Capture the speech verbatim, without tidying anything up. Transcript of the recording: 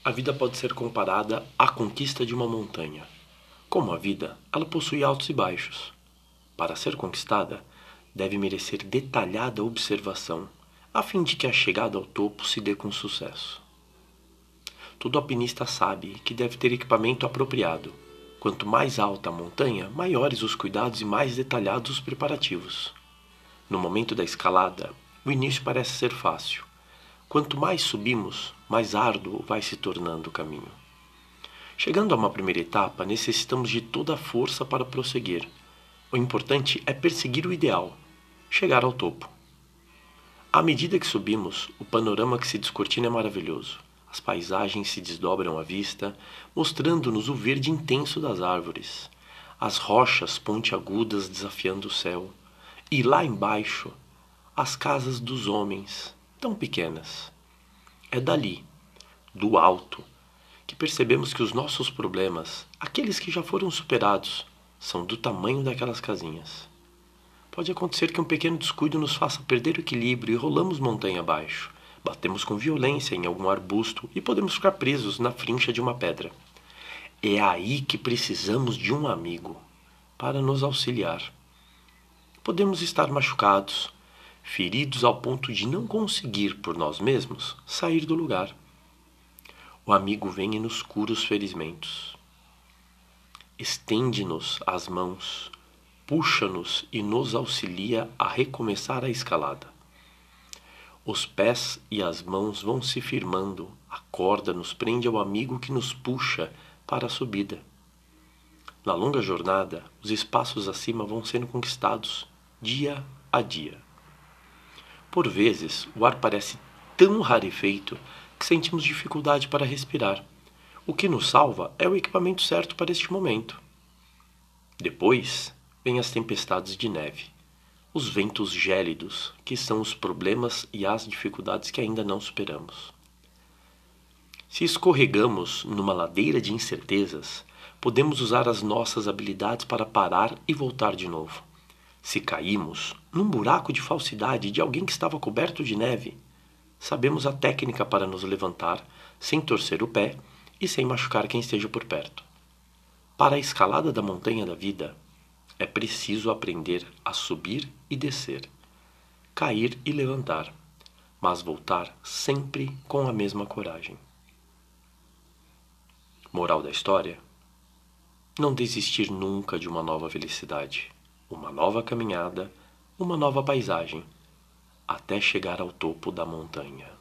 A vida pode ser comparada à conquista de uma montanha. Como a vida, ela possui altos e baixos. Para ser conquistada, deve merecer detalhada observação, a fim de que a chegada ao topo se dê com sucesso. Todo alpinista sabe que deve ter equipamento apropriado. Quanto mais alta a montanha, maiores os cuidados e mais detalhados os preparativos. No momento da escalada, o início parece ser fácil. Quanto mais subimos, mais árduo vai se tornando o caminho. Chegando a uma primeira etapa, necessitamos de toda a força para prosseguir. O importante é perseguir o ideal, chegar ao topo. À medida que subimos, o panorama que se descortina é maravilhoso. As paisagens se desdobram à vista, mostrando-nos o verde intenso das árvores, as rochas pontiagudas desafiando o céu, e lá embaixo, as casas dos homens, tão pequenas. É dali, do alto, que percebemos que os nossos problemas, aqueles que já foram superados, são do tamanho daquelas casinhas. Pode acontecer que um pequeno descuido nos faça perder o equilíbrio e rolamos montanha abaixo. Batemos com violência em algum arbusto e podemos ficar presos na frincha de uma pedra. É aí que precisamos de um amigo para nos auxiliar. Podemos estar machucados, feridos ao ponto de não conseguir por nós mesmos sair do lugar. O amigo vem e nos cura os ferimentos. Estende-nos as mãos, puxa-nos e nos auxilia a recomeçar a escalada. Os pés e as mãos vão se firmando, a corda nos prende ao amigo que nos puxa para a subida. Na longa jornada, os espaços acima vão sendo conquistados, dia a dia. Por vezes, o ar parece tão rarefeito que sentimos dificuldade para respirar. O que nos salva é o equipamento certo para este momento. Depois, vêm as tempestades de neve. Os ventos gélidos, que são os problemas e as dificuldades que ainda não superamos. Se escorregamos numa ladeira de incertezas, podemos usar as nossas habilidades para parar e voltar de novo. Se caímos num buraco de falsidade de alguém que estava coberto de neve, sabemos a técnica para nos levantar sem torcer o pé e sem machucar quem esteja por perto. Para a escalada da montanha da vida, é preciso aprender a subir e descer, cair e levantar, mas voltar sempre com a mesma coragem. Moral da história? Não desistir nunca de uma nova felicidade, uma nova caminhada, uma nova paisagem, até chegar ao topo da montanha.